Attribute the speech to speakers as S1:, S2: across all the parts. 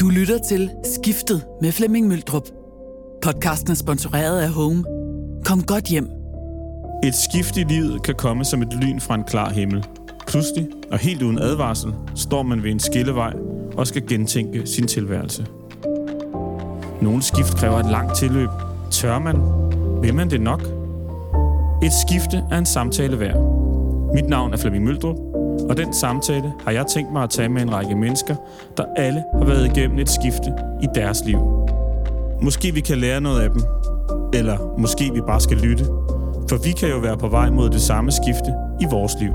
S1: Du lytter til Skiftet med Flemming Møldrup. Podcasten er sponsoreret af Home. Kom godt hjem.
S2: Et skift i livet kan komme som et lyn fra en klar himmel. Pludselig, og helt uden advarsel, står man ved en skillevej og skal gentænke sin tilværelse. Nogle skift kræver et langt tilløb. Tør man? Vil man det nok? Et skifte er en samtale værd. Mit navn er Flemming Møldrup, og den samtale har jeg tænkt mig at tage med en række mennesker, der alle har været igennem et skifte i deres liv. Måske vi kan lære noget af dem, eller måske vi bare skal lytte, for vi kan jo være på vej mod det samme skifte i vores liv.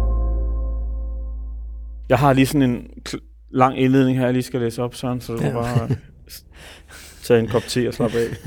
S2: Jeg har lige sådan en lang indledning her, jeg lige skal læse op, Søren, så du kan bare tage en kop te og slappe af.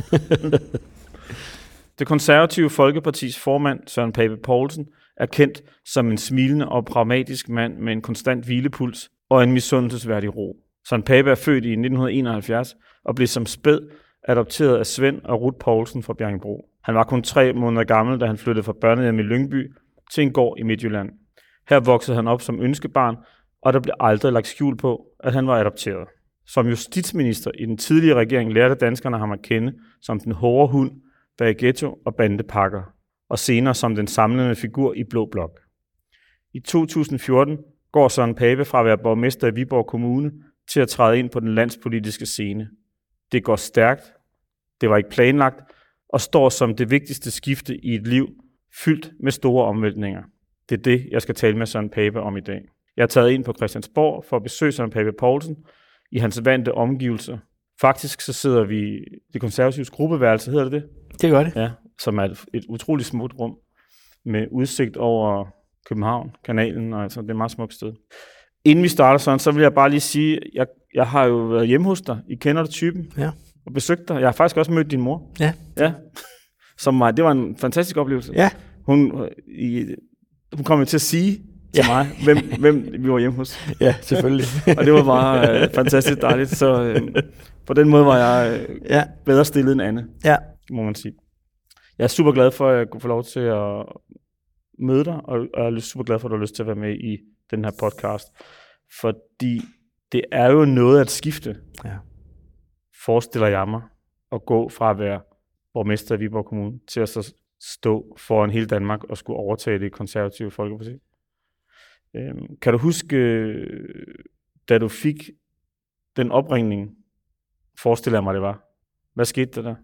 S2: Det konservative Folkepartis formand, Søren Pape Poulsen, er kendt som en smilende og pragmatisk mand med en konstant hvilepuls og en misundelsesværdig ro. Søren Pape er født i 1971 og blev som spæd adopteret af Svend og Ruth Poulsen fra Bjerringbro. Han var kun 3 måneder gammel, da han flyttede fra børnehjem i Lyngby til en gård i Midtjylland. Her voksede han op som ønskebarn, og der blev aldrig lagt skjul på, at han var adopteret. Som justitsminister i den tidligere regering lærte danskerne ham at kende som den hårde hund bag ghetto og bandepakker, og senere som den samlende figur i Blå Blok. I 2014 går Søren Pape fra at være borgmester i Viborg Kommune til at træde ind på den landspolitiske scene. Det går stærkt, det var ikke planlagt, og står som det vigtigste skifte i et liv fyldt med store omvæltninger. Det er det, jeg skal tale med Søren Pape om i dag. Jeg er taget ind på Christiansborg for at besøge Søren Pape Poulsen i hans vante omgivelser. Faktisk så sidder vi i det konservatives gruppeværelse, hedder det det?
S3: Det gør det.
S2: Ja, som er et utroligt smukt rum med udsigt over København, kanalen, og altså, det er et meget smukt sted. Inden vi starter sådan, så vil jeg bare lige sige, jeg har jo været hjemme hos dig. I kender du typen?
S3: Ja.
S2: Og besøgt dig. Jeg har faktisk også mødt din mor.
S3: Ja.
S2: Ja. Det var en fantastisk oplevelse.
S3: Ja.
S2: Hun kom til at sige til mig, hvem vi var hjemme hos.
S3: Ja, selvfølgelig.
S2: Og det var bare fantastisk dejligt. Så på den måde var jeg bedre stillet end Anne, må man sige. Jeg er super glad for, at jeg kunne få lov til at møde dig, og jeg er super glad for, at du har lyst til at være med i den her podcast. Fordi det er jo noget at skifte, forestiller jeg mig, at gå fra at være borgmester i Viborg Kommune til at så stå foran hele Danmark og skulle overtage det konservative Folkeparti. Kan du huske, da du fik den opringning, forestiller jeg mig, det var. Hvad skete der?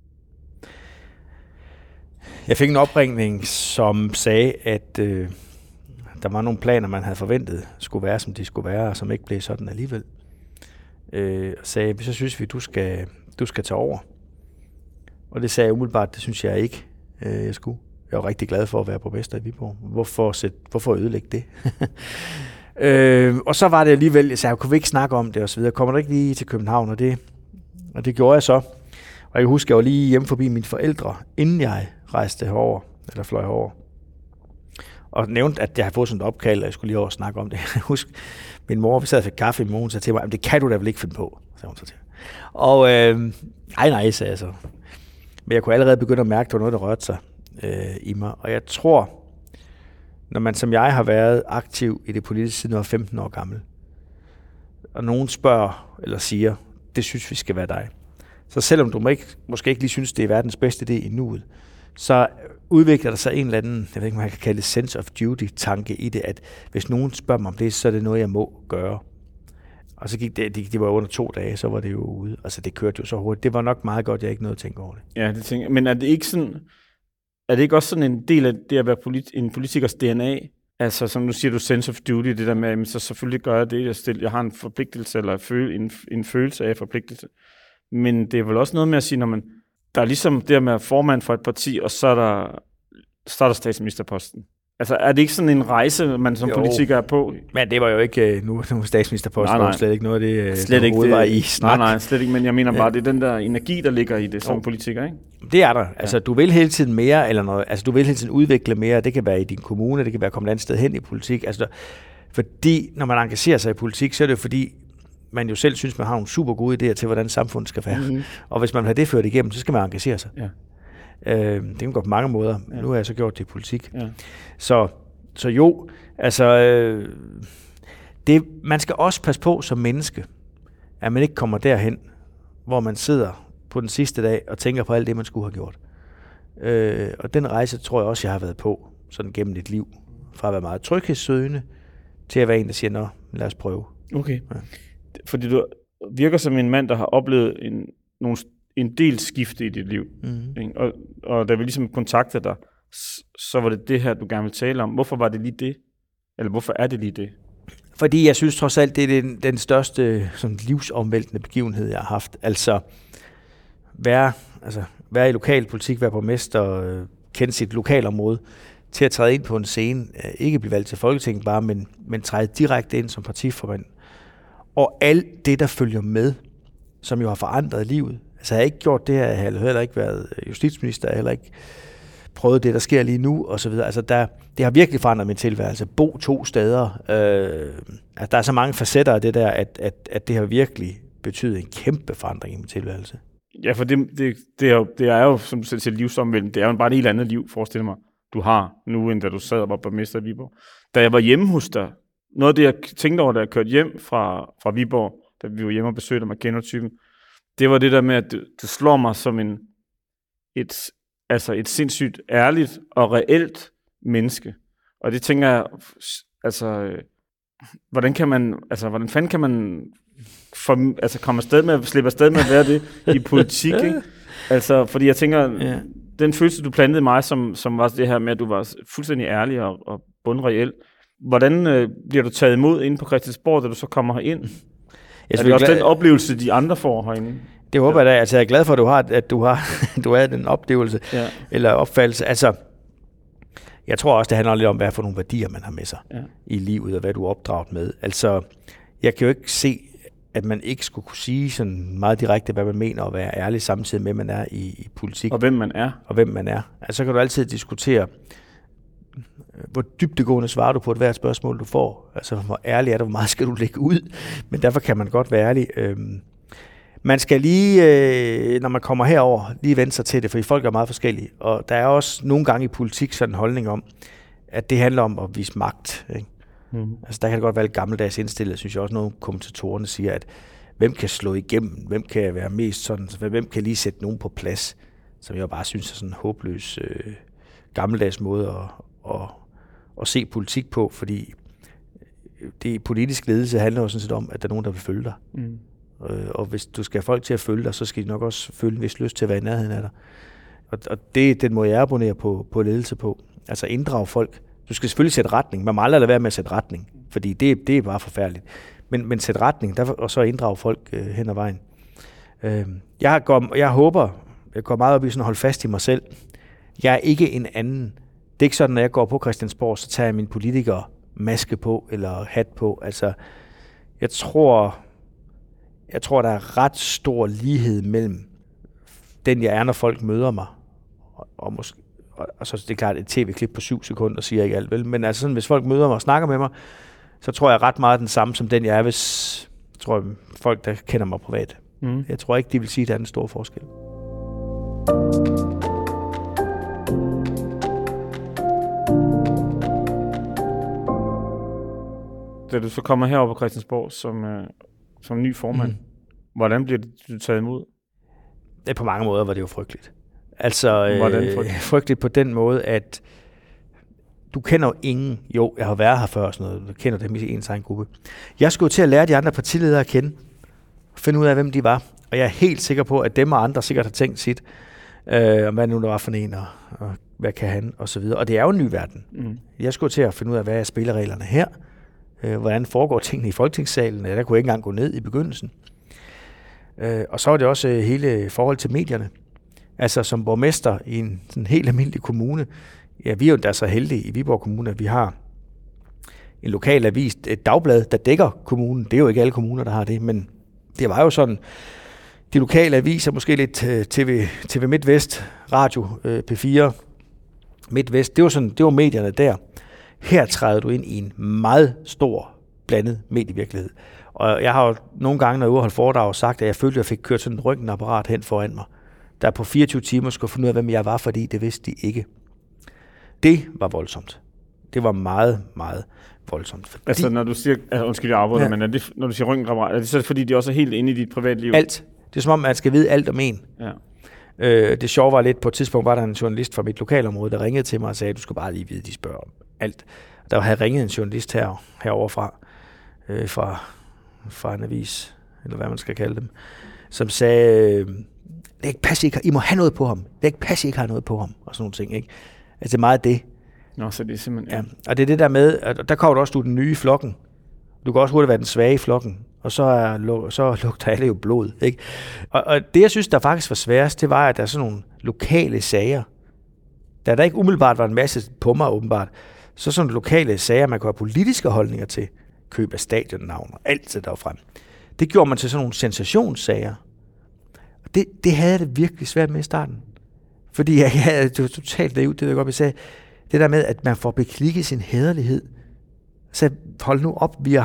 S3: Jeg fik en opringning, som sagde, at der var nogle planer, man havde forventet skulle være, som de skulle være, og som ikke blev sådan alligevel. Og sagde, så synes vi, du skal tage over. Og det sagde jeg umiddelbart, det synes jeg ikke, jeg skulle. Jeg var rigtig glad for at være borgmester i Viborg. Hvorfor ødelægge det? Og så var det alligevel, jeg sagde, kunne vi ikke snakke om det og så videre. Kommer du ikke lige til København? Og det gjorde jeg så. Og jeg kan huske, jeg var lige hjemme forbi mine forældre, inden jeg rejste herover eller fløj herover. Og nævnte, at jeg havde fået sådan et opkald, og jeg skulle lige over og snakke om det. Jeg husker, min mor, vi sad og fik kaffe i morgen, sagde til mig, det kan du da vel ikke finde på, sagde hun så til. Og nej, sagde jeg så. Men jeg kunne allerede begynde at mærke, at der var noget, der rørte sig i mig. Og jeg tror, når man som jeg har været aktiv i det politiske siden jeg var 15 år gammel, og nogen spørger eller siger, det synes vi skal være dig. Så selvom du måske ikke lige synes, det er verdens bedste idé i nuet, så udvikler der sig en eller anden, jeg ved ikke, om jeg kan kalde det sense of duty-tanke i det, at hvis nogen spørger mig om det, så er det noget, jeg må gøre. Og så gik det var under 2 dage, så var det jo ude. Altså det kørte jo så hurtigt. Det var nok meget godt, jeg ikke nåede at tænke over det. Ja, det tænker jeg. Men er det ikke også sådan en del af det at være en politikers DNA? Altså som nu siger du sense of duty, det der med, så selvfølgelig gør jeg det, jeg har en forpligtelse, eller en følelse af forpligtelse. Men det er vel også noget med at sige, når man, der er ligesom det med formand for et parti, og så er der statsministerposten. Altså er det ikke sådan en rejse, man som politiker er på? Men det var jo ikke nu statsministerposten, nej. Slet ikke noget af det,
S2: slet ikke det,
S3: var i snak.
S2: Nej, slet ikke, men jeg mener bare, det er den der energi, der ligger i det som politiker, ikke?
S3: Det er der. Altså du vil hele tiden mere, eller noget, altså du vil hele tiden udvikle mere, det kan være i din kommune, det kan være komme et andet sted hen i politik. Altså fordi når man engagerer sig i politik, så er det jo fordi, man jo selv synes, man har nogle super gode idéer til, hvordan samfundet skal være. Mm-hmm. Og hvis man vil have det ført igennem, så skal man engagere sig. Ja. Det kan gå på mange måder. Ja. Nu har jeg så gjort det i politik. Ja. Så jo, altså, man skal også passe på som menneske, at man ikke kommer derhen, hvor man sidder på den sidste dag og tænker på alt det, man skulle have gjort. Og den rejse tror jeg også, jeg har været på, sådan gennem et liv. Fra at være meget tryghedssøgende, til at være en, der siger, nå, lad os prøve.
S2: Okay. Ja. Fordi du virker som en mand, der har oplevet en del skifte i dit liv. Mm. Og da vi ligesom kontaktede dig, så var det her, du gerne ville tale om. Hvorfor var det lige det? Eller hvorfor er det lige det? Fordi
S3: jeg synes trods alt, det er den største sådan, livsomvæltende begivenhed, jeg har haft. Altså, være i lokalpolitik, være borgmester, kende sit lokalområde, til at træde ind på en scene, ikke blive valgt til Folketinget bare, men træde direkte ind som partiformand. Og alt det, der følger med, som jo har forandret livet. Altså, jeg har ikke gjort det her, jeg har heller ikke været justitsminister, jeg har heller ikke prøvet det, der sker lige nu, og så videre. Altså, det har virkelig forandret min tilværelse. Bo 2 steder. Der er så mange facetter af det der, at det har virkelig betydet en kæmpe forandring i min tilværelse.
S2: Ja, for det er jo, som du selv siger, livsomvæltende. Det er jo bare et helt andet liv, forestiller mig, du har nu, end da du sad og var borgmester i Viborg. Da jeg var hjemme hos dig, noget af det, jeg tænkte over, da jeg kørte hjem fra Viborg, da vi var hjemme og besøgte mig, genotypen, det var det der med, at det slår mig som et sindssygt ærligt og reelt menneske. Og det tænker jeg, hvordan fanden kan man slippe afsted med at være det i politik, ikke? Altså, fordi jeg tænker, den følelse, du plantede i mig, som var det her med, at du var fuldstændig ærlig og bundreel. Hvordan bliver du taget imod inde på Christiansborg, da du så kommer herind? Er det også den oplevelse, de andre får herinde?
S3: Det håber jeg da. Altså, jeg er glad for, at du har den oplevelse eller opfattelse. Altså, jeg tror også, det handler lidt om, hvad for nogle værdier, man har med sig i livet, og hvad du er opdraget med. Altså, jeg kan jo ikke se, at man ikke skulle kunne sige sådan meget direkte, hvad man mener, og være ærlig samtidig med, at man er i politik.
S2: Og hvem man er.
S3: Altså, så kan du altid diskutere, hvor dybdegående svarer du på et hvert spørgsmål, du får. Altså, hvor ærlig er du, hvor meget skal du lægge ud? Men derfor kan man godt være ærlig. Man skal lige, når man kommer herover, lige vende sig til det, fordi folk er meget forskellige. Og der er også nogle gange i politik sådan en holdning om, at det handler om at vise magt. Ikke? Mm. Altså, der kan det godt være lidt gammeldags indstillet, synes jeg også, nogle kommentatorerne siger, at hvem kan slå igennem, hvem kan være mest sådan, hvem kan lige sætte nogen på plads, som jeg bare synes er sådan en håbløs gammeldags måde at se politik på, fordi det politisk ledelse handler jo sådan set om, at der er nogen, der vil følge dig. Mm. Og hvis du skal have folk til at følge dig, så skal de nok også føle en vis lyst til at være i nærheden af dig. Og det er den måde, jeg abonnerer på ledelse på. Altså inddrage folk. Du skal selvfølgelig sætte retning. Man må aldrig lade være med at sætte retning, fordi det er bare forfærdeligt. Men sæt retning, og så inddrage folk hen ad vejen. Jeg går meget op i sådan at holde fast i mig selv. Jeg er ikke en anden. Det er ikke sådan, når jeg går på Christiansborg, så tager jeg min politikermaske på, eller hat på. Altså, jeg tror, der er ret stor lighed mellem den, jeg er, når folk møder mig, og så det er klart et tv-klip på 7 sekunder, siger jeg ikke alt, vel? Men altså sådan, hvis folk møder mig og snakker med mig, så tror jeg ret meget den samme, som den jeg er, hvis folk, der kender mig privat. Mm. Jeg tror ikke, de vil sige, at der er en stor forskel.
S2: Da du så kommer herover på Christiansborg som ny formand, hvordan bliver du taget imod?
S3: Det på mange måder var det jo frygteligt. Altså, frygteligt på den måde, at du kender jo ingen. Jo, jeg har været her før og sådan noget. Du kender dem i ens egen gruppe. Jeg skulle til at lære de andre partiledere at kende. Finde ud af, hvem de var. Og jeg er helt sikker på, at dem og andre sikkert har tænkt sit. Om hvad nu der var for en, og hvad kan han, og så videre. Og det er jo en ny verden. Mm. Jeg skulle til at finde ud af, hvad er spillereglerne her. Hvordan foregår tingene i Folketingssalen. Der kunne jeg ikke engang gå ned i begyndelsen. Og så er det også hele forhold til medierne. Altså som borgmester i en sådan helt almindelig kommune. Ja, vi er jo da så heldige i Viborg Kommune, at vi har en lokal avis, et dagblad, der dækker kommunen. Det er jo ikke alle kommuner, der har det, men det var jo sådan, de lokale aviser, måske lidt TV MidtVest, Radio P4, MidtVest, det var medierne der. Her træder du ind i en meget stor blandet medievirkelighed. Og jeg har jo nogle gange, når jeg ude holdt foredrag, sagt, at jeg følte, at jeg fik kørt sådan et røntgenapparat hen foran mig, der på 24 timer skulle finde ud af, hvem jeg var, fordi det vidste de ikke. Det var voldsomt. Det var meget, meget voldsomt. Fordi
S2: Altså, når du siger, undskyld, jeg afbryder, men når du siger røntgenkammerat, er det så fordi, de også er helt inde i dit privatliv?
S3: alt. Det er som om, man skal vide alt om en.
S2: Ja.
S3: Det sjove var lidt, på et tidspunkt var der en journalist fra mit lokalområde, der ringede til mig og sagde, du skal bare lige vide, de spørger om alt. Der havde ringet en journalist heroverfra, fra en avis, eller hvad man skal kalde dem, som sagde, det er ikke passe, I må have noget på ham. Det er ikke passe, I ikke har noget på ham, og sådan nogle ting, ikke? Altså, det er meget det.
S2: Nå, så det er simpelthen...
S3: Ja. Og det er det der med, at der kommer du også, den nye i flokken. Du kan også hurtigt være den svage i flokken, og så lugter alle jo blod, ikke? Og det, jeg synes, der faktisk var sværest, det var, at der er sådan nogle lokale sager. Da der ikke umiddelbart var en masse på mig, åbenbart, så sådan nogle lokale sager, man kunne have politiske holdninger til, køb af stadionnavn og alt det der var frem. Det gjorde man til sådan nogle sensationssager. Og det havde jeg det virkelig svært med i starten. Fordi det var totalt naivt, det der godt, jeg sagde. Det der med, at man får beklikket sin hæderlighed. Så hold nu op, vi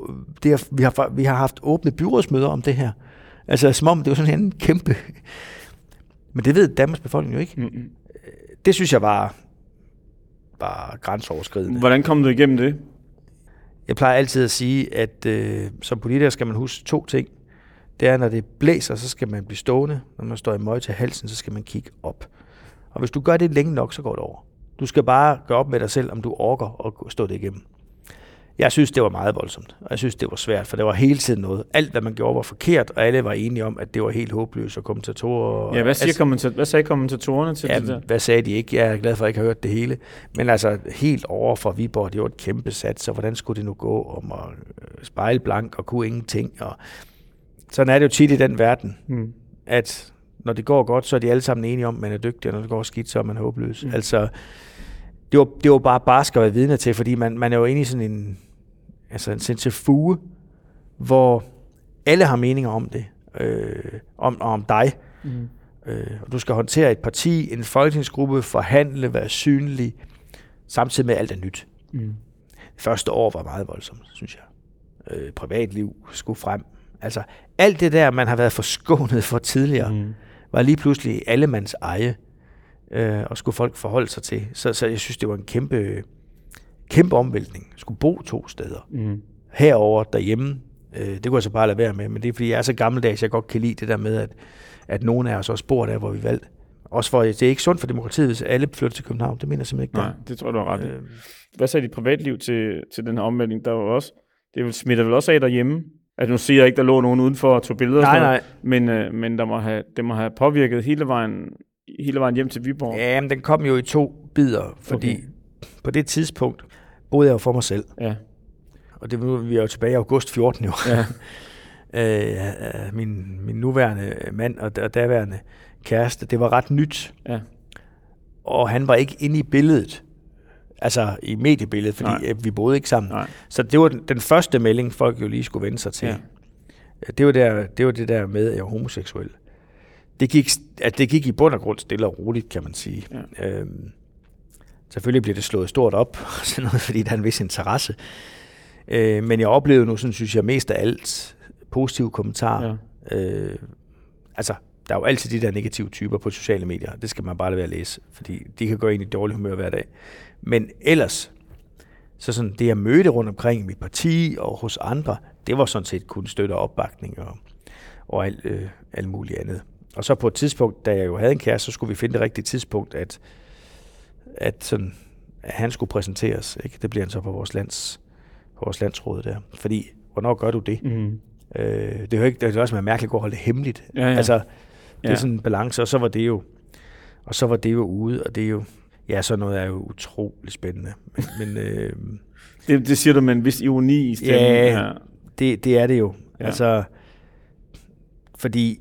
S3: har haft åbne byrådsmøder om det her. Altså som om det var sådan en kæmpe... Men det ved Danmarks befolkning jo ikke. Mm-hmm. Det synes jeg var grænseoverskridende.
S2: Hvordan kom du igennem det?
S3: Jeg plejer altid at sige, at som politiker skal man huske 2 ting. Det er, når det blæser, så skal man blive stående. Når man står i møg til halsen, så skal man kigge op. Og hvis du gør det længe nok, så går det over. Du skal bare gøre op med dig selv, om du orker at stå det igennem. Jeg synes, det var meget voldsomt, og jeg synes, det var svært, for det var hele tiden noget. Alt, hvad man gjorde, var forkert, og alle var enige om, at det var helt håbløst, og kommentatorer...
S2: Ja, hvad sagde kommentatorerne til det der?
S3: Hvad sagde de ikke? Jeg er glad for, at jeg ikke har hørt det hele. Men altså, helt over for Viborg, det var et kæmpe sats, og hvordan skulle det nu gå om at spejlblank og kunne ingenting? Og sådan er det jo tit i den verden, at når det går godt, så er de alle sammen enige om, at man er dygtig, og når det går skidt, så er man håbløs. Altså, det var bare barsk at være vidne til, fordi man er jo inde i sådan en centrifuge, hvor alle har meninger om det, om dig. Og du skal håndtere et parti, en folketingsgruppe, forhandle, være synlig, samtidig med alt er nyt. Første år var meget voldsomt, synes jeg. Privatliv skulle frem. Altså, alt det der, man har været forskånet for tidligere, var lige pludselig allemands eje, og skulle folk forholde sig til. Så jeg synes, det var en kæmpe omvæltning. Jeg skulle bo 2 steder. Herover derhjemme, det kunne jeg så bare lade være med, men det er, fordi jeg er så gammeldags, jeg godt kan lide det der med, at nogen af os også bor der, hvor vi valgte. Også for, det er ikke sundt for demokratiet, hvis alle flytter til København. Det mener jeg simpelthen ikke.
S2: Nej, det tror jeg, du har ret i. Hvad sagde dit privatliv til den her omvæltning? Der var også, det smitter vel også af derhjemme? Altså nu siger jeg ikke, der lå nogen udenfor og tog billeder.
S3: Nej.
S2: Men det må have påvirket hele vejen hjem til Viborg.
S3: Ja, men den kom jo i 2 bidder, fordi på det tidspunkt boede jeg jo for mig selv. Ja. Og vi er jo tilbage i august 14 jo. Ja. Min nuværende mand og daværende kæreste, det var ret nyt. Ja. Og han var ikke inde i billedet. Altså i mediebilledet, fordi vi boede ikke sammen. Nej. Så det var den første melding, folk jo lige skulle vende sig til. Ja. Det var det der med, at jeg var homoseksuel. Det gik i bund og grund stille og roligt, kan man sige. Ja. Selvfølgelig bliver det slået stort op, sådan noget, fordi der er en vis interesse. Men jeg oplevede nu, sådan synes jeg, mest af alt positive kommentarer. Ja. Altså, der er jo altid de der negative typer på sociale medier. Det skal man bare lade være at læse, fordi de kan gå ind i dårlig humør hver dag. Men ellers, så sådan det jeg mødte rundt omkring i mit parti og hos andre, det var sådan set kun støtte og opbakning og alt muligt andet. Og så på et tidspunkt, da jeg jo havde en kæreste, så skulle vi finde det rigtige tidspunkt, at han skulle præsenteres. Ikke? Det bliver han så på vores landsråd der. Fordi, hvornår gør du det? Det er jo ikke, det er også mærkeligt at holde det hemmeligt. Ja. Altså, det er sådan en balance, og så var det jo ude, og det er jo, ja, så noget er jo utrolig spændende. Men
S2: det siger du med en vis ironi i stemmen.
S3: Ja, det er det jo. Ja. Altså, fordi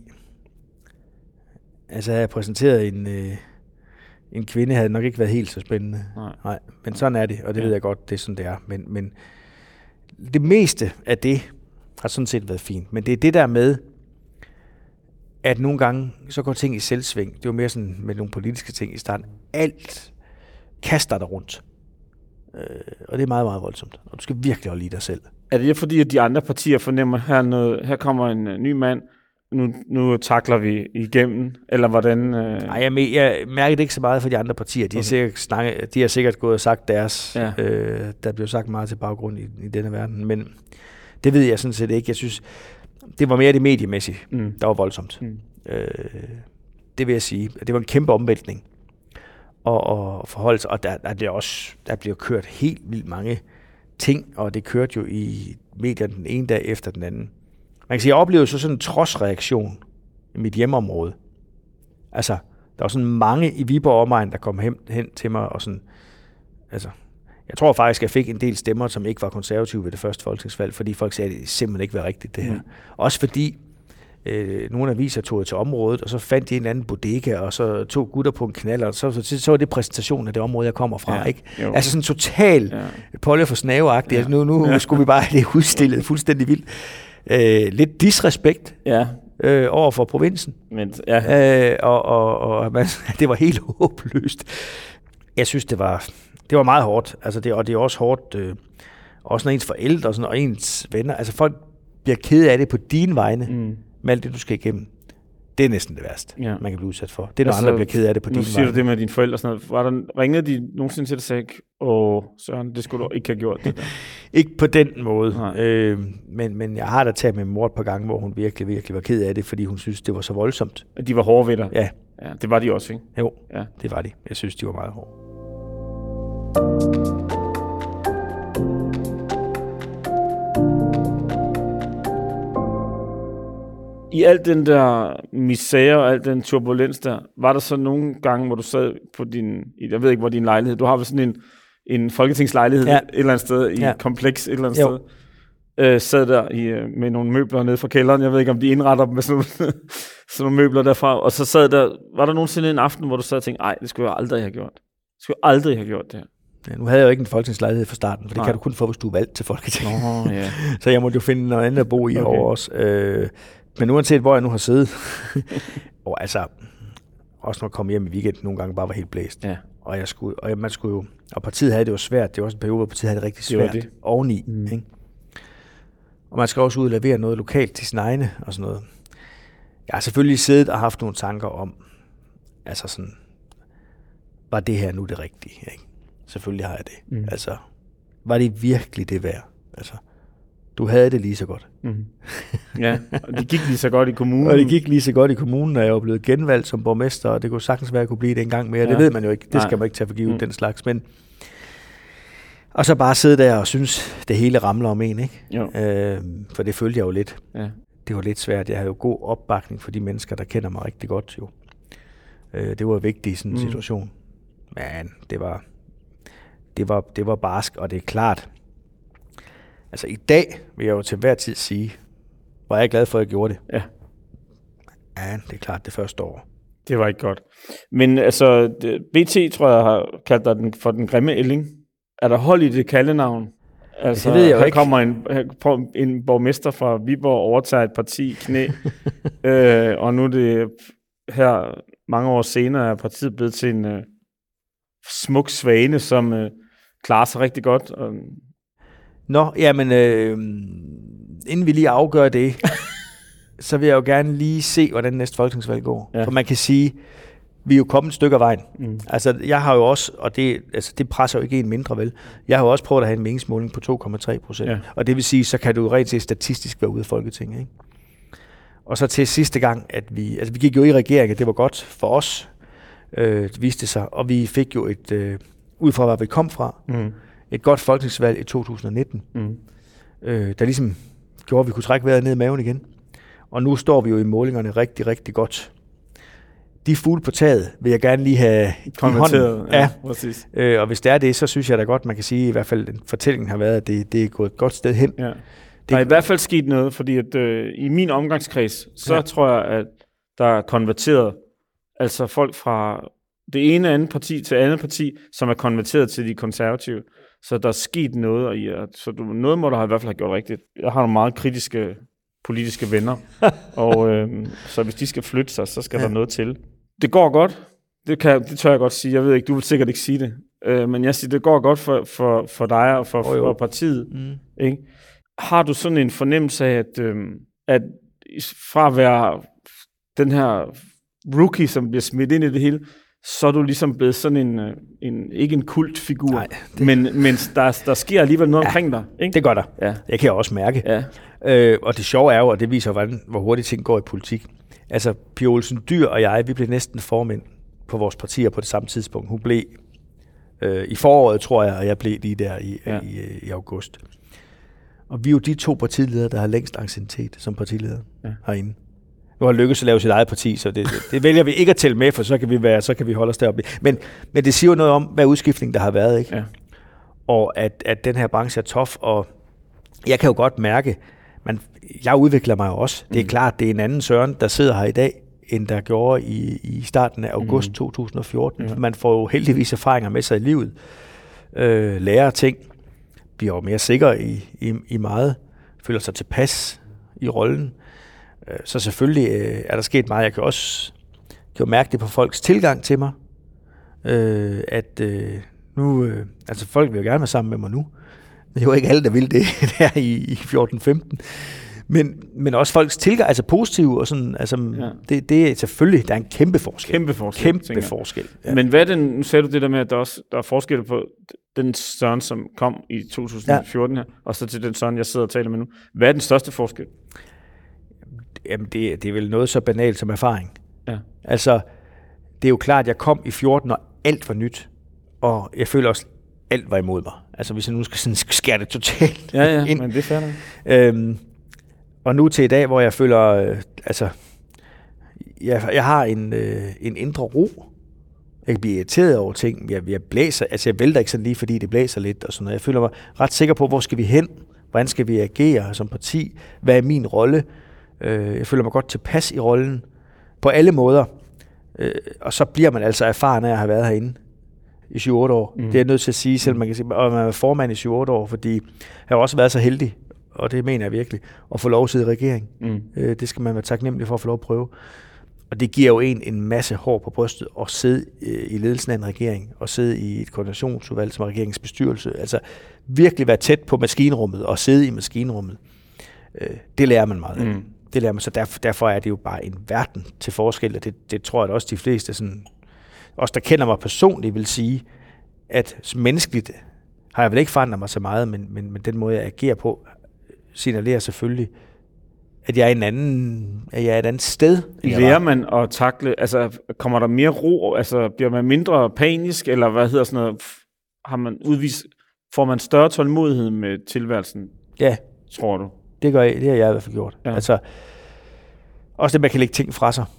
S3: jeg havde præsenteret en kvinde, havde nok ikke været helt så spændende. Nej. Men sådan er det, og det ved jeg godt, det er sådan, det er. Men det meste af det har sådan set været fint. Men det er det der med, at nogle gange, så går ting i selvsving. Det var mere sådan med nogle politiske ting i starten. Alt kaster dig rundt. Og det er meget, meget voldsomt. Og du skal virkelig holde i dig selv.
S2: Er det fordi, at de andre partier fornemmer, her kommer en ny mand, nu takler vi igennem, eller hvordan?
S3: Nej, jeg mærker det ikke så meget for de andre partier. De har sikkert gået og sagt deres. Ja. Der bliver sagt meget til baggrund i denne verden, men det ved jeg sådan set ikke. Jeg synes, det var mere det mediemæssige, der var voldsomt. Det vil jeg sige. Det var en kæmpe omvæltning og forholde sig, og der bliver kørt helt vildt mange ting, og det kørte jo i medierne den ene dag efter den anden. Man kan sige, jeg oplevede så sådan en trodsreaktion i mit hjemmeområde. Altså, der var sådan mange i Viborg omegn, der kom hen til mig, og sådan, altså, jeg tror faktisk, jeg fik en del stemmer, som ikke var konservative ved det første folketingsvalg, fordi folk sagde, at det simpelthen ikke var rigtigt, det her. Også fordi nogle aviser tog til området, og så fandt de en eller anden bodega, og så tog gutter på en knald, og så var det præsentationen af det område, jeg kommer fra. Ikke? Altså sådan total Polle for snaveagtigt. Altså, nu skulle vi bare have det udstillet fuldstændig vildt. Lidt disrespekt over for provinsen. Men, det var helt håbløst. Jeg synes, det var meget hårdt. Altså, og det er også hårdt, også når ens forældre og ens venner, altså folk bliver ked af det på dine vegne, med alt det, du skal igennem. Det er næsten det værste, man kan blive udsat for. Det er, når andre bliver ked af det på dine vegne.
S2: Nu siger du det med dine forældre og sådan noget. Ringede de nogensinde til dig og sagde, Søren, det skulle du ikke have gjort det der?
S3: Ikke på den måde. Men jeg har da talt med min mor et par gange, hvor hun virkelig, virkelig var ked af det, fordi hun synes, det var så voldsomt.
S2: De var hårde ved dig?
S3: Ja.
S2: Det var de også, ikke?
S3: Jo, det var de. Jeg synes, de var meget hårde.
S2: I alt den der misære og al den turbulens der, var der så nogle gange, hvor du sad på jeg ved ikke, hvor din lejlighed, du har vel sådan en folketingslejlighed et eller andet sted, i et kompleks et eller andet sted, sad der med nogle møbler nede fra kælderen, jeg ved ikke, om de indretter dem med sådan nogle møbler derfra, og så sad der, var der nogensinde en aften, hvor du sad og tænkte, det skulle jeg aldrig have gjort. Det skulle jeg aldrig have gjort det her.
S3: Ja, nu havde jeg jo ikke en folketingslejlighed fra starten, for det kan du kun få, hvis du er valgt til Folketinget. Så jeg måtte jo finde noget andet at bo i over os. Men uanset hvor jeg nu har siddet, og altså, også når jeg kom hjem i weekenden, nogle gange bare var helt blæst. Ja. Og partiet havde det jo svært. Det var også en periode, hvor partiet havde det rigtig svært oveni. Ikke? Og man skal også ud og levere noget lokalt til sine egne og sådan noget. Jeg har selvfølgelig siddet og haft nogle tanker om, altså sådan, var det her nu det rigtige? Ikke? Selvfølgelig har jeg det. Altså, var det virkelig det værd? Altså, du havde det lige så godt.
S2: Ja, og det gik lige så godt i kommunen.
S3: Og det gik lige så godt i kommunen, og jeg var blevet genvalgt som borgmester, og det kunne sagtens være, at jeg kunne blive det en gang mere. Det ved man jo ikke. Det skal man ikke tage for givet, den slags. Men og så bare sidde der og synes, det hele ramler om en, ikke? For det følte jeg jo lidt. Ja. Det var lidt svært. Jeg havde jo god opbakning for de mennesker, der kender mig rigtig godt. Jo. Det var vigtigt i sådan en situation. Men det var barsk, og det er klart. Altså i dag vil jeg jo til hver tid sige, var jeg glad for, at jeg gjorde det. Ja. Ja, det er klart det første år.
S2: Det var ikke godt. Men altså, BT tror jeg har kaldt dig for den grimme ælling. Er der hold i det kaldenavn? Altså,
S3: det ved jeg jo ikke.
S2: Kommer en borgmester fra Viborg overtager et parti i knæ, og nu er det her mange år senere er partiet blevet til en smuk svane, som klarer sig rigtig godt.
S3: Jamen, inden vi lige afgør det, så vil jeg jo gerne lige se, hvordan næste folketingsvalg går. Ja. For man kan sige, vi er jo kommet et stykke af vejen. Altså, jeg har jo også, og det presser jo ikke en mindre vel, jeg har jo også prøvet at have en meningsmåling på 2,3%. Ja. Og det vil sige, så kan du rent set statistisk være ude af Folketinget. Ikke? Og så til sidste gang, at vi gik jo i regering, og det var godt for os, det viste sig, og vi fik jo ud fra, hvor vi kom fra, et godt folketingsvalg i 2019, der ligesom gjorde, at vi kunne trække vejret ned i maven igen. Og nu står vi jo i målingerne rigtig, rigtig godt. De fugle på taget vil jeg gerne lige have
S2: konverteret.
S3: Ja, præcis. Og hvis det er det, så synes jeg da godt, man kan sige, i hvert fald fortællingen har været, at det er gået et godt sted hen. Ja.
S2: Der er i hvert fald sket noget, fordi at, i min omgangskreds, så tror jeg, at der er konverteret, altså folk fra det ene andet parti til andet parti, som er konverteret til de konservative. Så der er sket noget, og så noget må der i hvert fald have gjort rigtigt. Jeg har nogle meget kritiske politiske venner, og så hvis de skal flytte sig, så skal der noget til. Det går godt, det tør jeg godt sige. Jeg ved ikke, du vil sikkert ikke sige det, men jeg siger, det går godt for dig og for partiet. Ikke? Har du sådan en fornemmelse af, at fra at være den her rookie, som bliver smidt ind i det hele, så er du ligesom blevet sådan ikke en kultfigur,
S3: Nej,
S2: men der sker alligevel noget omkring dig. Ikke?
S3: Det gør der.
S2: Ja.
S3: Jeg kan også mærke.
S2: Ja.
S3: Og det sjove er jo, og det viser, hvor hurtigt ting går i politik. Altså, Pia Olsen Dyhr og jeg, vi blev næsten formænd på vores partier på det samme tidspunkt. Hun blev i foråret, tror jeg, og jeg blev lige der i august. Og vi er jo de 2 partiledere, der har længst anciennitet som partileder herinde. Nu har Lykkes at lave sit eget parti, så det vælger vi ikke at tælle med, for så kan vi holde os deroppe. Men det siger jo noget om, hvad udskiftning der har været, ikke? Ja. Og at den her branche er tof, og jeg kan jo godt mærke, jeg udvikler mig jo også. Det er klart, det er en anden Søren, der sidder her i dag, end der gjorde i starten af august 2014. Ja. Man får jo heldigvis erfaringer med sig i livet, lærer ting, bliver jo mere sikker i meget, føler sig tilpas i rollen. Så selvfølgelig er der sket meget. Jeg kan også mærke det på folks tilgang til mig, at nu, altså folk vil jo gerne være sammen med mig nu. Det er jo ikke alle, der vil det der i 14-15. Men også folks tilgang, altså positiv og sådan, altså det er selvfølgelig, der er en kæmpe forskel. Kæmpe forskel. Ja.
S2: Men hvad er den, nu sagde du det der med, at der er forskel på den Søren, som kom i 2014 her, og så til den Søren, jeg sidder og taler med nu. Hvad er den største forskel?
S3: Jamen, det er vel noget så banalt som erfaring. Ja. Altså, det er jo klart, at jeg kom i 14, og alt var nyt. Og jeg føler også, alt var imod mig. Altså, hvis jeg nu skal sådan skære det totalt ind.
S2: Men det er færdigt.
S3: Og nu til i dag, hvor jeg føler, jeg har en indre ro. Jeg kan blive irriteret over ting. Jeg blæser, altså jeg vælter ikke sådan lige, fordi det blæser lidt og sådan noget. Jeg føler mig ret sikker på, hvor skal vi hen? Hvordan skal vi agere som parti? Hvad er min rolle? Jeg føler mig godt tilpas i rollen på alle måder. Og så bliver man altså erfaren af at have været herinde i 7-8 år. Det er jeg nødt til at sige, selvom man kan sige, at man er formand i 7-8 år, fordi jeg har også været så heldig, og det mener jeg virkelig, at få lov at sidde i regering. Det skal man være taknemmelig for at få lov at prøve. Og det giver jo en masse hår på brystet at sidde i ledelsen af en regering, og sidde i et koordinationsudvalg som regeringens bestyrelse. Altså virkelig være tæt på maskinrummet og sidde i maskinrummet. Det lærer man meget af. Det lærer man, så derfor er det jo bare en verden til forskel, og det tror jeg at også de fleste, sådan, også der kender mig personligt, vil sige, at menneskeligt har jeg vel ikke forandret mig så meget, men den måde, jeg agerer på, signalerer selvfølgelig, at jeg er et andet sted.
S2: Lærer man at takle, altså kommer der mere ro, altså bliver man mindre panisk, eller hvad hedder sådan noget, får man større tålmodighed med tilværelsen?
S3: Ja.
S2: Tror du?
S3: Det har jeg i hvert fald gjort. Ja. Altså, også det, man kan lægge ting fra sig.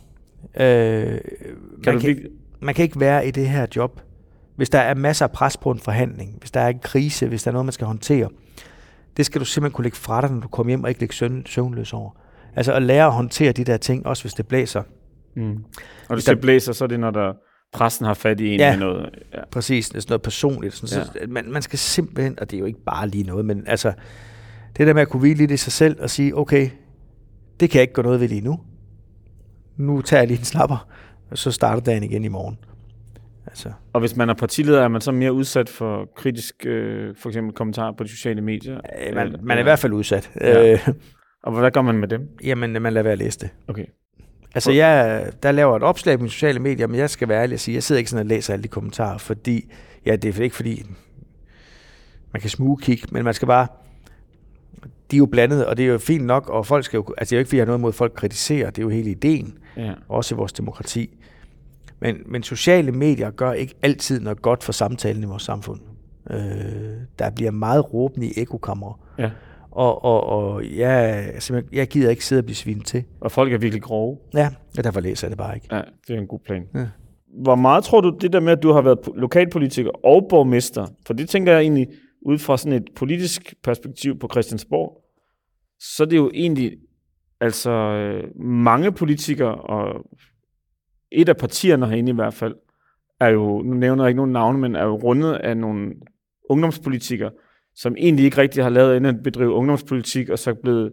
S3: Man kan ikke være i det her job, hvis der er masser af pres på en forhandling, hvis der er en krise, hvis der er noget, man skal håndtere. Det skal du simpelthen kunne lægge fra dig, når du kommer hjem og ikke lægge søvnløs over. Altså at lære at håndtere de der ting, også hvis det blæser.
S2: Og hvis det blæser, så er det, når pressen har fat i en med noget.
S3: Ja, præcis. Det er sådan noget personligt. Sådan, så man skal simpelthen, og det er jo ikke bare lige noget, men altså, det der med at kunne hvile lidt i sig selv og sige, okay, det kan jeg ikke gå noget ved lige nu. Nu tager jeg lige en slapper, og så starter dagen igen i morgen. Altså. Og
S2: hvis man er partileder, er man så mere udsat for kritisk, for eksempel kommentarer på de sociale medier?
S3: Man er i hvert fald udsat.
S2: Ja. Og hvad gør man med dem?
S3: Jamen, man lader være at læse det.
S2: Okay.
S3: Altså, der laver et opslag på de sociale medier, men jeg skal være ærlig at sige, jeg sidder ikke sådan og læser alle de kommentarer, fordi, det er ikke fordi, man kan smugkigge, men man skal bare, de er jo blandet, og det er jo fint nok, og folk skal jo, altså det er jo ikke, fordi jeg har noget mod, folk kritiserer, det er jo hele ideen, også i vores demokrati. Men sociale medier gør ikke altid noget godt for samtalen i vores samfund. Der bliver meget råbende i ekokammer. Ja. Og jeg gider ikke sidde og blive svinet til.
S2: Og folk er virkelig grove.
S3: Ja, og derfor læser jeg det bare ikke.
S2: Ja, det er en god plan. Ja. Hvor meget tror du, det der med, at du har været lokalpolitiker og borgmester, for det tænker jeg egentlig, ud fra sådan et politisk perspektiv på Christiansborg, så er det jo egentlig, altså mange politikere, og et af partierne herinde i hvert fald, er jo, nu nævner jeg ikke nogen navne, men er jo rundet af nogle ungdomspolitikere, som egentlig ikke rigtig har lavet andet at bedrive ungdomspolitik, og så blevet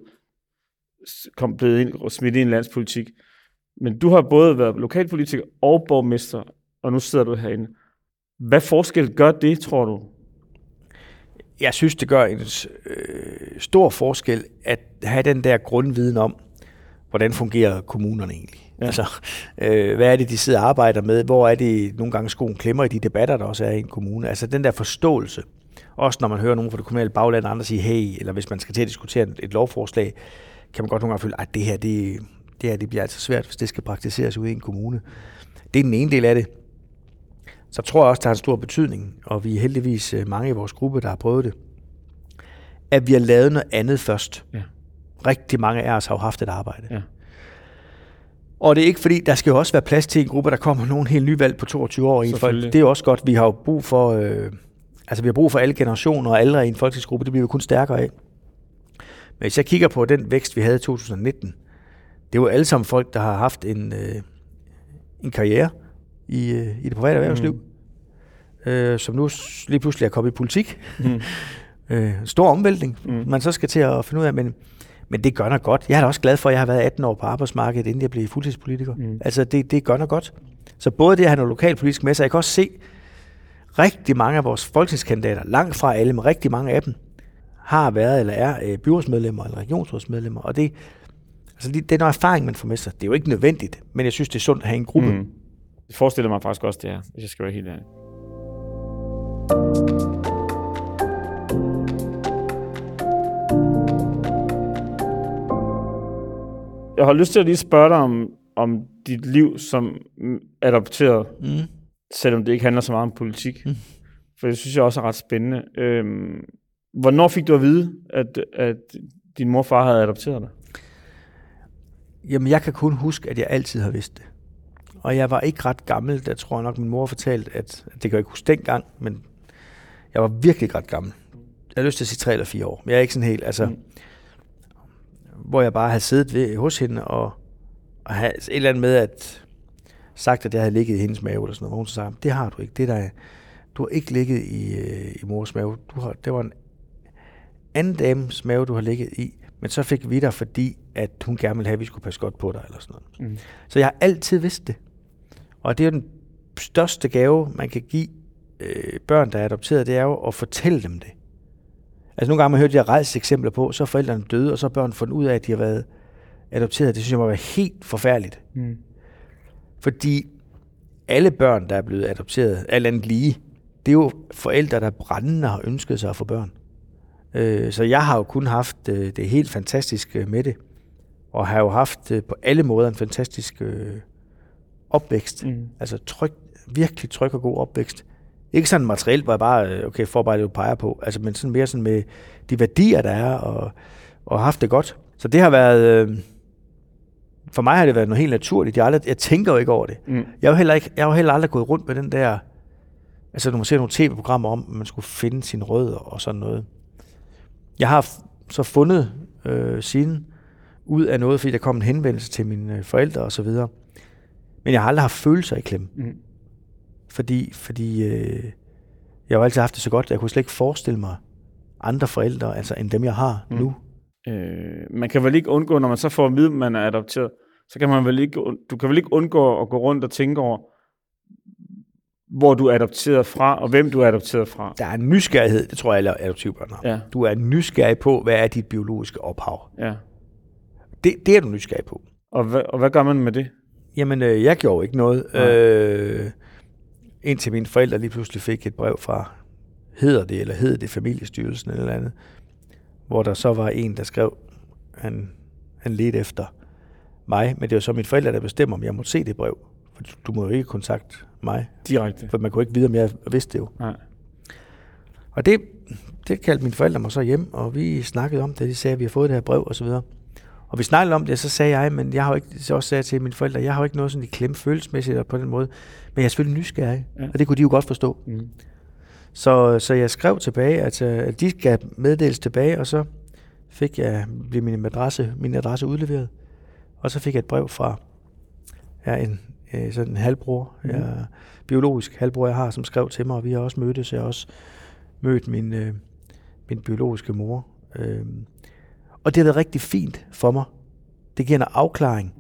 S2: smidt ind i landspolitik. Men du har både været lokalpolitiker og borgmester, og nu sidder du herinde. Hvad forskel gør det, tror du?
S3: Jeg synes, det gør en stor forskel at have den der grundviden om, hvordan fungerer kommunerne egentlig?
S2: Ja.
S3: Altså, hvad er det, de sidder og arbejder med? Hvor er det nogle gange skoen klemmer i de debatter, der også er i en kommune? Altså den der forståelse, også når man hører nogen fra det kommunale bagland, andre sige, hey, eller hvis man skal til at diskutere et lovforslag, kan man godt nogle gange føle, at det her bliver altså svært, hvis det skal praktiseres ude i en kommune. Det er den ene del af det. Så tror jeg også, der har en stor betydning, og vi er heldigvis mange i vores gruppe, der har prøvet det, at vi har lavet noget andet først.
S2: Ja.
S3: Rigtig mange af os har jo haft et arbejde.
S2: Ja.
S3: Og det er ikke fordi, der skal jo også være plads til en gruppe, der kommer nogen helt nyvalgt på 22 år i en folk. Det er jo også godt, vi har jo brug for, vi har brug for alle generationer og aldre i en folketingsgruppe, det bliver vi kun stærkere af. Men hvis jeg kigger på den vækst, vi havde i 2019, det er jo alle sammen folk, der har haft en karriere i det private erhvervsliv, som nu lige pludselig er kommet i politik. Stor omvæltning, man så skal til at finde ud af, men det gør noget godt. Jeg er da også glad for, at jeg har været 18 år på arbejdsmarkedet, inden jeg blev fuldtidspolitiker. Altså, det gør noget godt. Så både det at have noget lokalpolitisk med sig, jeg kan også se rigtig mange af vores folketingskandidater, langt fra alle, men rigtig mange af dem, har været eller er byrådsmedlemmer eller regionsrådsmedlemmer, og det er noget erfaring, man får med sig. Det er jo ikke nødvendigt, men jeg synes, det er sundt at have en gruppe.
S2: Det forestiller mig faktisk også, det er, hvis jeg skal være helt ærlig. Jeg har lyst til at lige spørge dig om dit liv som adopteret, selvom det ikke handler så meget om politik. For det synes jeg også er ret spændende. Hvornår fik du at vide, at din mor og far havde adopteret dig?
S3: Jamen, jeg kan kun huske, at jeg altid har vidst det. Og jeg var ikke ret gammel, der tror jeg nok, min mor fortalte, at det kan jeg ikke huske dengang, men jeg var virkelig ikke ret gammel. Jeg har lyst til at sige 3 eller 4 år, men jeg er ikke sådan helt, hvor jeg bare havde siddet hos hende og havde et eller andet med at sagt, at jeg havde ligget i hendes mave eller sådan noget, hvor hun så sagde, det har du ikke, du har ikke ligget i mors mave, det var en anden dames mave, du har ligget i, men så fik vi dig, fordi at hun gerne ville have, at vi skulle passe godt på dig eller sådan noget. Så jeg har altid vidst det, og det er jo den største gave, man kan give børn, der er adopteret, det er jo at fortælle dem det. Altså nogle gange har man hørt de her rædselseksempler på, så er forældrene døde, og så har børn fundet ud af, at de har været adopteret. Det synes jeg må være helt forfærdeligt. Fordi alle børn, der er blevet adopteret, alt andet lige, det er jo forældre, der brændende har ønsket sig at få børn. Så jeg har jo kun haft det helt fantastisk med det, og har jo haft på alle måder en fantastisk opvækst. Altså virkelig tryg og god opvækst. Ikke sådan materielt, hvor jeg bare, får bare lidt peger på, altså, men sådan mere sådan med de værdier, der er, og haft det godt. Så det har været, for mig har det været noget helt naturligt. Jeg tænker jo ikke over det. Jeg har jo heller aldrig gået rundt med den der, altså når man ser nogle tv-programmer om, at man skulle finde sine rødder og sådan noget. Jeg har så fundet siden ud af noget, fordi der kom en henvendelse til mine forældre og så videre. Men jeg har aldrig haft følelser i klemme. Fordi jeg har altid haft det så godt, at jeg kunne slet ikke forestille mig andre forældre, altså end dem, jeg har nu.
S2: Man kan vel ikke undgå, når man så får at vide, at man er adopteret, så kan man vel ikke, du kan vel ikke undgå at gå rundt og tænke over, hvor du er adopteret fra, og hvem du er adopteret fra.
S3: Der er en nysgerrighed, det tror jeg alle adoptivbørn har.
S2: Ja.
S3: Du er nysgerrig på, hvad er dit biologiske ophav.
S2: Ja.
S3: Det er du nysgerrig på.
S2: Og hvad gør man med det?
S3: Jamen, jeg gjorde ikke noget. Indtil mine forældre lige pludselig fik et brev fra, hed det Familiestyrelsen eller andet, hvor der så var en, der skrev, han ledte efter mig, men det var så mine forældre, der bestemmer, om jeg måtte se det brev. For du må jo ikke kontakte mig.
S2: Direkte.
S3: For man kunne ikke vide, om jeg vidste det jo.
S2: Nej.
S3: Og det kaldte mine forældre mig så hjem, og vi snakkede om det. De sagde, at vi har fået det her brev og så videre. Og vi snakkede om det, så sagde jeg, men jeg har jo ikke, så også sagde til mine forældre, jeg har jo ikke noget sådan i klemme følelsesmæssigt på den måde, men jeg er selvfølgelig nysgerrig, og det kunne de jo godt forstå. Så jeg skrev tilbage, at de gav meddelelse tilbage, og så blev min adresse udleveret, og så fik jeg et brev fra sådan en halvbror, biologisk halvbror jeg har, som skrev til mig, og vi har også mødtes. Jeg har også mødt min biologiske mor. Og det har været rigtig fint for mig. Det giver en afklaring.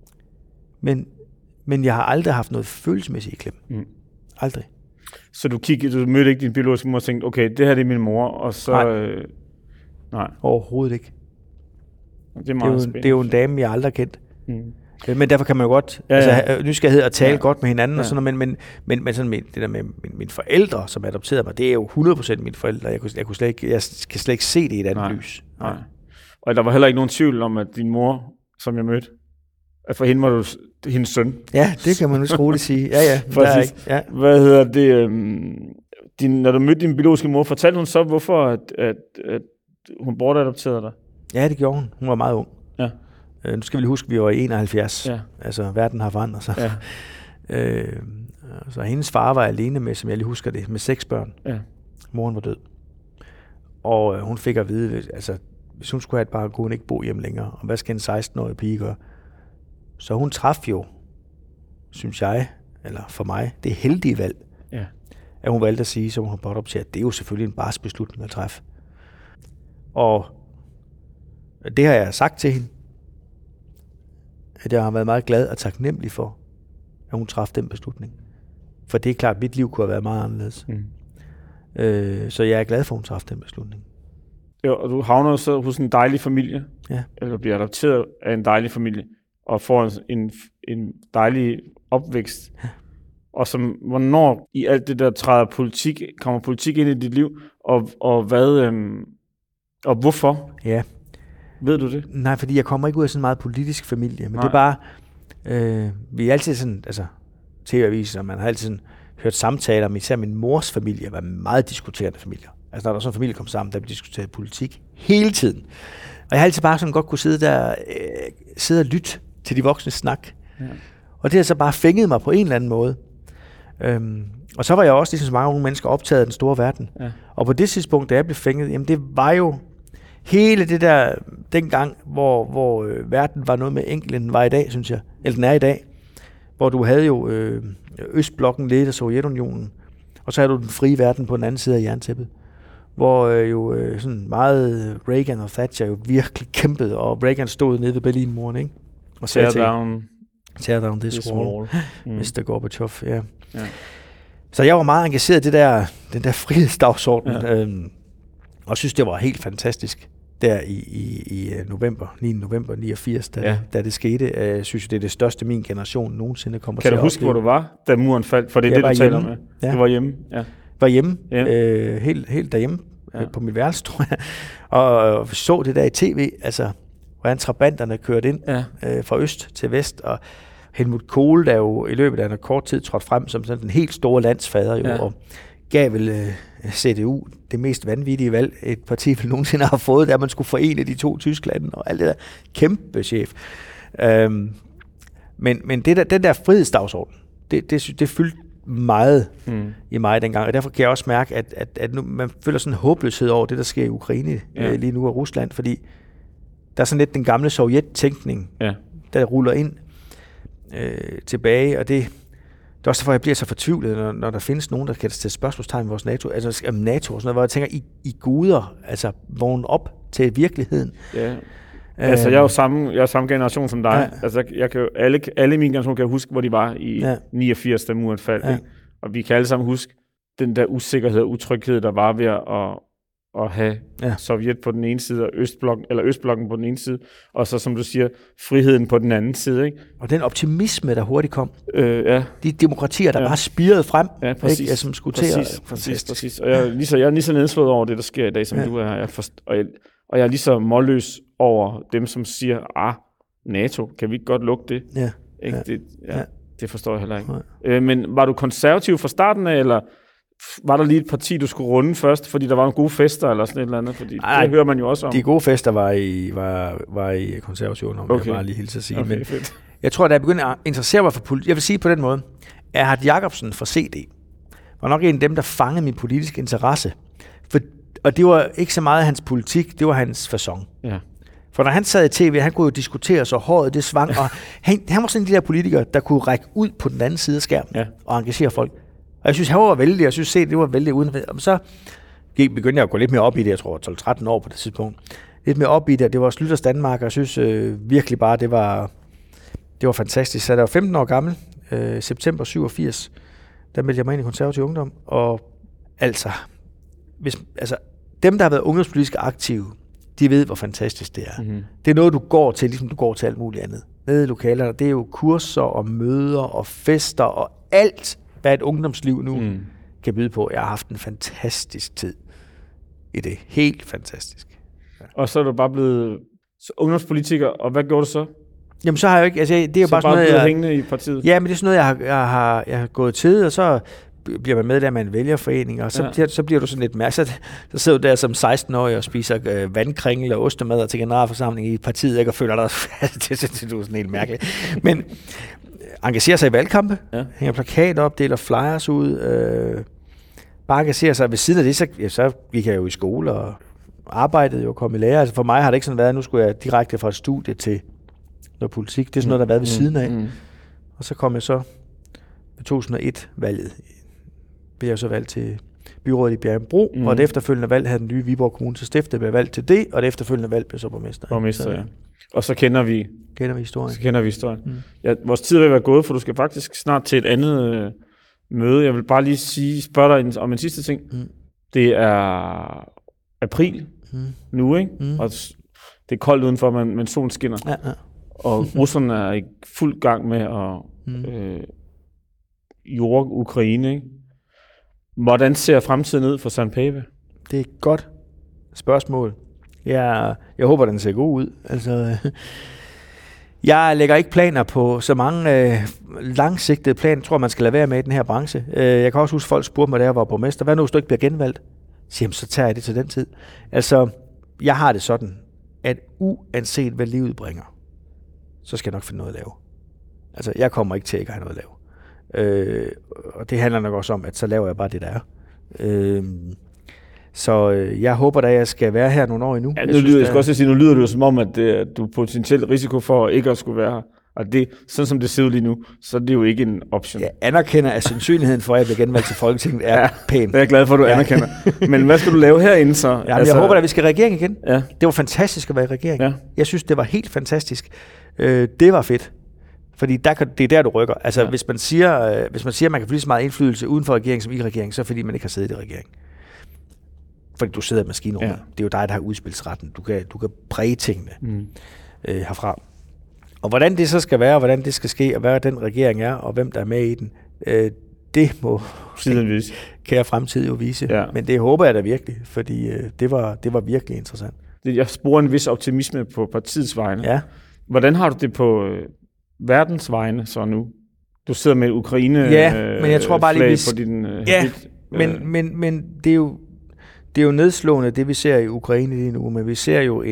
S3: Men jeg har aldrig haft noget følelsesmæssigt i klemme. Aldrig.
S2: Så du mødte ikke din biologiske mor og tænkte, okay, det her det er min mor, og så...
S3: Nej. Overhovedet ikke.
S2: Det er meget spændende.
S3: Det er jo en dame, jeg aldrig har kendt.
S2: Mm.
S3: Men derfor kan man jo godt have nysgerrighed og tale godt med hinanden og sådan noget, men sådan det der med mine forældre, som adopterede mig, det er jo 100% mine forældre. Jeg kan slet ikke se det i et andet lys.
S2: Nej. Og der var heller ikke nogen tvivl om, at din mor, som jeg mødte, at for hende var du hendes søn.
S3: Ja, det kan man nu roligt sige. Ja.
S2: Hvad hedder det? Når du mødte din biologiske mor, fortalte hun så, hvorfor at hun bortadopterede dig?
S3: Ja, det gjorde hun. Hun var meget ung.
S2: Ja.
S3: Nu skal vi lige huske, at vi var i 71.
S2: Ja.
S3: Altså, verden har forandret sig.
S2: Ja.
S3: Så hendes far var alene med, som jeg lige husker det, med 6 børn.
S2: Ja.
S3: Moren var død. Og hun fik at vide, altså, hvis hun skulle have et barn, kunne hun ikke bo hjemme længere. Og hvad skal en 16-årig pige gøre? Så hun traf jo, synes jeg, eller for mig, det heldige valg.
S2: Ja.
S3: At hun valgte at sige, som hun har bortadopteret, det er jo selvfølgelig en barsk beslutning at træffe. Og det har jeg sagt til hende, at jeg har været meget glad og taknemmelig for, at hun træffede den beslutning. For det er klart, at mit liv kunne have været meget anderledes. Så jeg er glad for, at hun træffede den beslutning.
S2: Jo, og du havner så hos en dejlig familie, eller bliver adopteret af en dejlig familie, og får en dejlig opvækst. Og hvornår i alt det der kommer politik ind i dit liv, og hvad, og hvorfor?
S3: Ja.
S2: Ved du det?
S3: Nej, fordi jeg kommer ikke ud af sådan en meget politisk familie, men det er bare, vi er altid sådan, altså TV-aviser, og man har altid sådan hørt samtaler om, især min mors familie var meget diskuterende familier. Altså når der sådan en familie kom sammen, der blev diskuteret politik hele tiden. Og jeg har altid bare sådan godt kunne sidde og lytte til de voksne snak. Ja. Og det har så bare fænget mig på en eller anden måde. Og så var jeg også, ligesom så mange unge mennesker, optaget af den store verden. Ja. Og på det tidspunkt, da jeg blev fænget, jamen det var jo hele det der, dengang, hvor verden var noget med enkelt, end den var i dag, synes jeg. Eller den er i dag. Hvor du havde jo Østblokken ledet af Sovjetunionen, og så havde du den frie verden på den anden side af jerntæppet. Hvor sådan meget Reagan og Thatcher jo virkelig kæmpede, og Reagan stod nede ved Berlinmuren, ikke? Og Tear down this wall. Mr. Gorbachev, ja. Så jeg var meget engageret i den der frihedsdagsorden, og synes, det var helt fantastisk der i november, 9. november 89, da det skete. Jeg synes, det er det største, min generation nogensinde kommer til at opleve.
S2: Kan du huske, hvor du var, da muren faldt? For det er det, du taler om. Ja. Du var hjemme? Ja.
S3: Var hjemme. Helt derhjemme. På mit værelse, tror jeg. Og så det der i tv, altså, hvordan trabanterne kørte ind fra øst til vest, og Helmut Kohl, der jo i løbet af en kort tid trådte frem som sådan den helt store landsfader, og gav vel CDU det mest vanvittige valg, et parti vel nogensinde har fået, da man skulle forene de 2 Tysklande, og alt det der kæmpe chef. Men den der frihedsdagsorden, det fyldte meget i mig dengang, og derfor kan jeg også mærke, at nu, man føler sådan en håbløshed over det, der sker i Ukraine lige nu, og Rusland, fordi der er sådan lidt den gamle sovjet-tænkning, der ruller ind tilbage, og det er også derfor, jeg bliver så fortvivlet, når der findes nogen, der kan stille spørgsmålstegn i vores NATO, altså NATO og sådan noget, hvor jeg tænker, I guder, altså vågne op til virkeligheden.
S2: Ja. Altså, jeg er samme generation som dig. Ja. Altså, jeg kan jo, alle i min generation kan huske, hvor de var i 89, da muren faldt. Ja. Og vi kan alle sammen huske den der usikkerhed og utryghed, der var ved at have Sovjet på den ene side, og Østblokken på den ene side, og så, som du siger, friheden på den anden side. Ikke?
S3: Og den optimisme, der hurtigt kom. De demokratier, der bare spirede frem,
S2: præcis.
S3: Ikke? Som skulle
S2: Præcis. Og jeg er lige så nedslået over det, der sker i dag, som du er. Og jeg er lige så målløs over dem, som siger, NATO, kan vi ikke godt lukke det? Det forstår jeg heller ikke. Men var du konservativ fra starten af, eller var der lige et parti, du skulle runde først, fordi der var nogle gode fester, eller sådan et eller andet? Fordi det hører man jo også om.
S3: De gode fester var i konservationen, om jeg bare lige hilse at sige. Okay, men fedt. Jeg tror, da jeg begyndte at interessere mig for politik, jeg vil sige på den måde, Erhard Jacobsen fra CD var nok en af dem, der fangede min politiske interesse. Og det var ikke så meget hans politik, det var hans facon. Ja. For når han sad i tv, han kunne jo diskutere så håret, det svang, og han var sådan en af de der politikere, der kunne række ud på den anden side af skærmen og engagere folk. Og jeg synes, han var vældig, jeg synes, det var vældig uden. Og så begyndte jeg at gå lidt mere op i det, jeg tror 12-13 år på det tidspunkt. Lidt mere op i det, det var Slytters Danmark, og jeg synes virkelig bare, det var fantastisk. Så jeg var 15 år gammel, september 87, der meldte jeg mig ind i Konservativ Ungdom, og altså dem, der har været ungdomspolitisk aktive, de ved, hvor fantastisk det er. Mm-hmm. Det er noget, du går til, ligesom du går til alt muligt andet. Nede i lokalerne, det er jo kurser og møder og fester og alt, hvad et ungdomsliv nu kan byde på. Jeg har haft en fantastisk tid i det. Helt fantastisk. Ja.
S2: Og så er du bare blevet ungdomspolitiker, og hvad gjorde du så?
S3: Jamen så har jeg jo ikke, altså det er jo
S2: så
S3: bare sådan noget,
S2: jeg hængende i partiet?
S3: Ja, men det er sådan noget, jeg har gået til, og så bliver man medlem af en vælgerforening, og så bliver du sådan lidt mærke. Så sidder du der som 16-årig og spiser vandkringle og ostemad til generalforsamling i partiet, ikke, og føler dig, det er sådan helt mærkeligt. Men engagerer sig i valgkampe, hænger plakater op, deler flyers ud, bare engagerer sig. Ved siden af det, så gik jeg jo i skole og arbejdede jo og kom i lære. Altså for mig har det ikke sådan været, nu skulle jeg direkte fra et studie til noget politik. Det er sådan noget, der har været ved siden af. Og så kom jeg så ved 2001-valget. Blev jeg så valgt til byrådet i Bjerringbro, og det efterfølgende valg havde den nye Viborg Kommune til stiftet, blev valgt til det, og det efterfølgende valg blev så borgmester.
S2: Borgmester, ja. Og så kender vi
S3: historien.
S2: Ja, vores tid vil være gået, for du skal faktisk snart til et andet møde. Jeg vil bare lige spørge dig om en sidste ting. Det er april nu, ikke? Og det er koldt udenfor, men solen skinner. Ja. Og russerne er i fuld gang med at jorde Ukraine, ikke? Hvordan ser fremtiden ud for Søren Pape?
S3: Det er et godt spørgsmål. Jeg håber, den ser god ud. Altså, jeg lægger ikke planer på så mange langsigtede planer, tror man skal lade være med i den her branche. Jeg kan også huske, folk spurgte mig, da jeg var borgmester, hvad nu, hvis du ikke bliver genvalgt? Så tager jeg det til den tid. Altså, jeg har det sådan, at uanset hvad livet bringer, så skal jeg nok finde noget at lave. Altså, jeg kommer ikke til ikke at have noget at lave. Og det handler nok også om, at så laver jeg bare det, der er. Så jeg håber da, jeg skal være her nogle år endnu.
S2: Ja, jeg skal også sige, nu lyder det jo som om, at du er potentielt risiko for ikke at skulle være her. Og det, sådan som det ser ud lige nu, så er det jo ikke en option.
S3: Jeg anerkender, at sandsynligheden for, at jeg bliver genvalgt til Folketinget er pæn.
S2: Det er jeg glad for, at du anerkender. Men hvad skal du lave herinde så?
S3: Jamen, jeg håber, at vi skal i regering igen. Ja. Det var fantastisk at være i regering. Ja. Jeg synes, det var helt fantastisk. Det var fedt. Fordi det er der, du rykker. Altså, hvis man siger, at man kan få lige så meget indflydelse uden for regeringen som i regeringen, så er fordi man ikke har siddet i regering. Fordi du sidder i maskinrummet. Ja. Det er jo dig, der har udspilsretten. Du kan præge tingene herfra. Og hvordan det så skal være, og hvordan det skal ske, og hvad den regering er, og hvem der er med i den, det må kære fremtid jo vise. Ja. Men det håber jeg da virkelig, fordi det var virkelig interessant.
S2: Jeg sporer en vis optimisme på partiets vegne.
S3: Ja.
S2: Hvordan har du det på verdens vegne så nu? Du sidder med Ukraine
S3: men jeg tror bare lige,
S2: på din
S3: men det er jo nedslående, det vi ser i Ukraine lige nu, men vi ser jo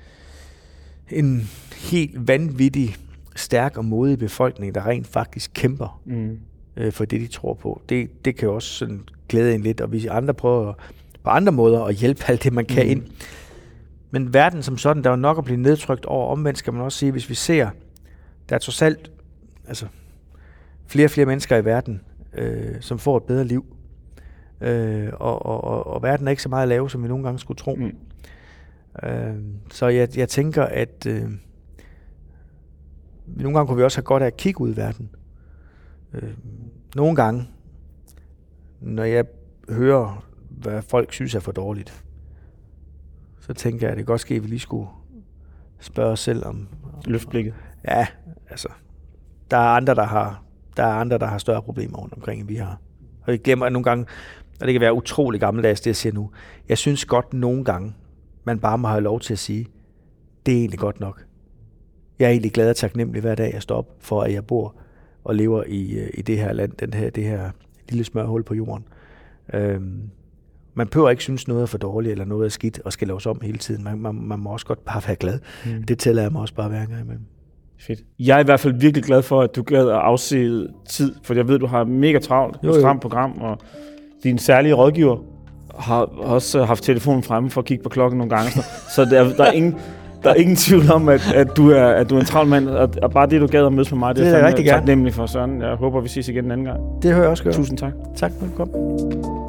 S3: en helt vanvittig, stærk og modig befolkning, der rent faktisk kæmper for det, de tror på. Det kan jo også sådan glæde en lidt, og vi andre prøver på andre måder at hjælpe alt det, man kan ind. Men verden som sådan, der er jo nok at blive nedtrykt over. Omvendt skal man også sige, hvis vi ser, der er trods alt flere og flere mennesker i verden, som får et bedre liv. Og verden er ikke så meget lav, som vi nogle gange skulle tro. Så jeg tænker, at nogle gange kunne vi også have godt af at kigge ud i verden. Nogle gange, når jeg hører, hvad folk synes er for dårligt, så tænker jeg, at det godt ske, at vi lige skulle spørge os selv om
S2: løftblikket.
S3: Ja, altså, der er andre, der har større problemer rundt omkring, end vi har. Og jeg glemmer nogle gange, og det kan være utrolig gammeldags, det jeg siger nu. Jeg synes godt nogle gange, man bare må have lov til at sige, det er egentlig godt nok. Jeg er egentlig glad og taknemmelig hver dag, jeg står op for, at jeg bor og lever i det her land, det her lille smørhul på jorden. Man behøver ikke synes noget er for dårligt, eller noget er skidt, og skal laves om hele tiden. Man må også godt bare være glad. Det tæller jeg mig også bare hver gang imellem.
S2: Fedt. Jeg er i hvert fald virkelig glad for, at du gad at afse tid, for jeg ved, at du har mega travlt, et stramt program, og din særlige rådgiver har også haft telefonen fremme for at kigge på klokken nogle gange. Så der er ingen tvivl om, at du er en travl mand, og bare det, du gad at mødes med mig, det er
S3: rigtig
S2: taknemmelig for, Søren. Jeg håber, vi ses igen en anden gang.
S3: Det hører jeg også gøre.
S2: Tusind tak.
S3: Tak for at du kom.